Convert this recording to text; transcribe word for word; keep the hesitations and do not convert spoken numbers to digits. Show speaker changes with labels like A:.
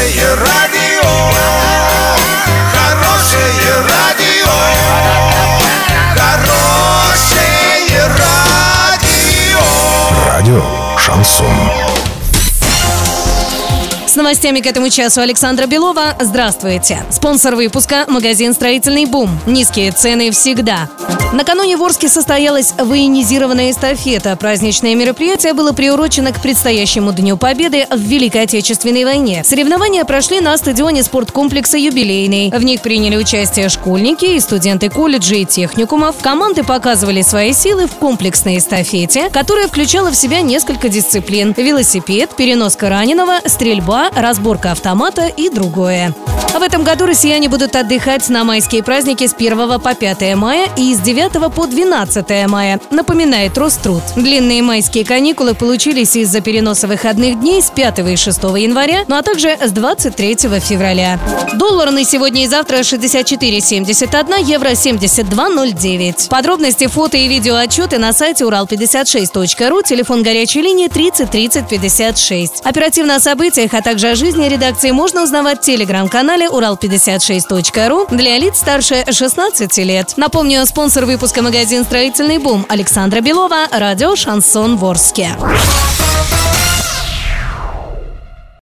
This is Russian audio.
A: Хорошее радио, хорошее радио, хорошее радио.
B: Радио Шансон.
C: С новостями к этому часу Александра Белова. Здравствуйте. Спонсор выпуска – магазин «Строительный бум». Низкие цены всегда. Накануне в Орске состоялась военизированная эстафета. Праздничное мероприятие было приурочено к предстоящему Дню Победы в Великой Отечественной войне. Соревнования прошли на стадионе спорткомплекса «Юбилейный». В них приняли участие школьники и студенты колледжей и техникумов. Команды показывали свои силы в комплексной эстафете, которая включала в себя несколько дисциплин: велосипед, переноска раненого, стрельба, разборка автомата и другое. В этом году россияне будут отдыхать на майские праздники с первого по пятое мая и с девятого по двенадцатое мая, напоминает Роструд. Длинные майские каникулы получились из-за переноса выходных дней с пятого и шестого января, ну а также с двадцать третьего февраля. Доллар на сегодня и завтра шестьдесят четыре семьдесят один, евро семьдесят два ноль девять. Подробности, фото и видео отчеты на сайте урал пятьдесят шесть точка ру, телефон горячей линии тридцать тридцать пятьдесят шесть. Оперативно о событиях, а также о жизни редакции можно узнавать в телеграм-канале урал пятьдесят шесть точка ру для лиц старше шестнадцати лет. Напомню, спонсор выпуска магазин «Строительный бум». Александра Белова, радио «Шансон» в Орске.